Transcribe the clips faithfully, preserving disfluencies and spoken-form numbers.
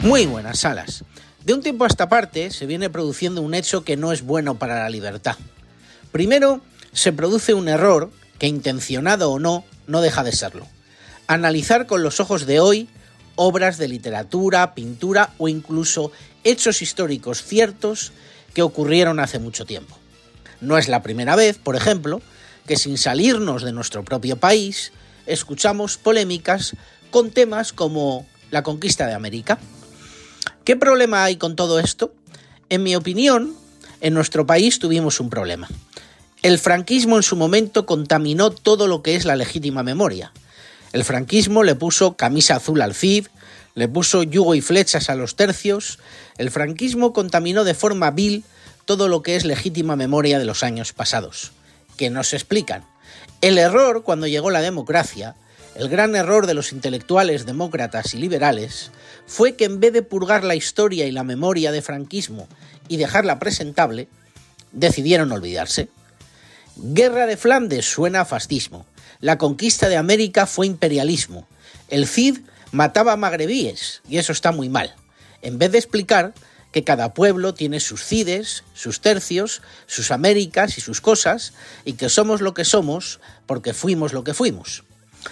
Muy buenas, Salas. De un tiempo a esta parte se viene produciendo un hecho que no es bueno para la libertad. Primero, se produce un error que, intencionado o no, no deja de serlo. Analizar con los ojos de hoy obras de literatura, pintura o incluso hechos históricos ciertos que ocurrieron hace mucho tiempo. No es la primera vez, por ejemplo, que sin salirnos de nuestro propio país, escuchamos polémicas con temas como la conquista de América. ¿Qué problema hay con todo esto? En mi opinión, en nuestro país tuvimos un problema. El franquismo en su momento contaminó todo lo que es la legítima memoria. El franquismo le puso camisa azul al Cid, le puso yugo y flechas a los tercios. El franquismo contaminó de forma vil todo lo que es legítima memoria de los años pasados, que no se explican. El error cuando llegó la democracia, el gran error de los intelectuales demócratas y liberales, fue que en vez de purgar la historia y la memoria de franquismo y dejarla presentable, decidieron olvidarse. Guerra de Flandes suena a fascismo. La conquista de América fue imperialismo. El Cid mataba magrebíes y eso está muy mal. En vez de explicar que cada pueblo tiene sus cides, sus tercios, sus Américas y sus cosas, y que somos lo que somos porque fuimos lo que fuimos.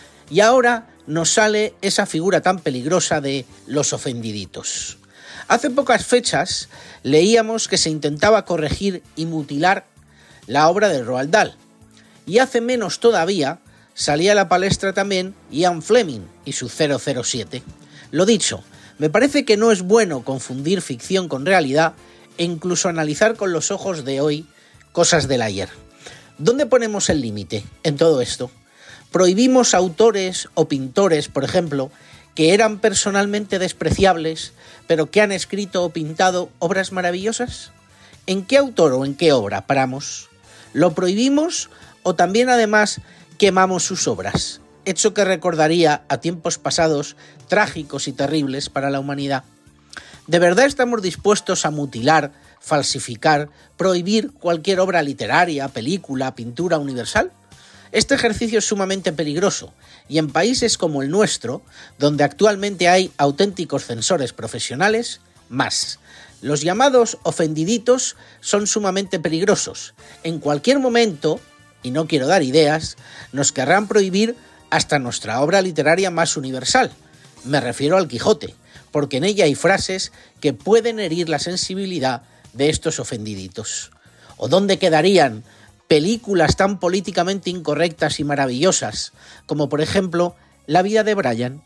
Y ahora nos sale esa figura tan peligrosa de los ofendiditos. Hace pocas fechas leíamos que se intentaba corregir y mutilar la obra de Roald Dahl. Y hace menos todavía salía a la palestra también Ian Fleming y su cero cero siete. Lo dicho, me parece que no es bueno confundir ficción con realidad e incluso analizar con los ojos de hoy cosas del ayer. ¿Dónde ponemos el límite en todo esto? ¿Prohibimos autores o pintores, por ejemplo, que eran personalmente despreciables, pero que han escrito o pintado obras maravillosas? ¿En qué autor o en qué obra paramos? ¿Lo prohibimos o también además quemamos sus obras? Hecho que recordaría a tiempos pasados trágicos y terribles para la humanidad. ¿De verdad estamos dispuestos a mutilar, falsificar, prohibir cualquier obra literaria, película, pintura universal? Este ejercicio es sumamente peligroso y en países como el nuestro, donde actualmente hay auténticos censores profesionales, más. Los llamados ofendiditos son sumamente peligrosos. En cualquier momento, y no quiero dar ideas, nos querrán prohibir hasta nuestra obra literaria más universal. Me refiero al Quijote, porque en ella hay frases que pueden herir la sensibilidad de estos ofendiditos. ¿O dónde quedarían películas tan políticamente incorrectas y maravillosas como, por ejemplo, La vida de Brian?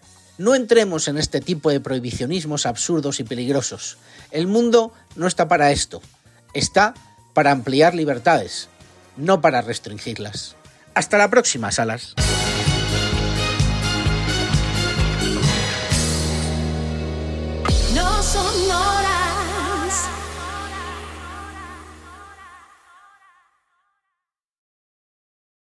No entremos en este tipo de prohibicionismos absurdos y peligrosos. El mundo no está para esto. Está para ampliar libertades, no para restringirlas. Hasta la próxima, Salas.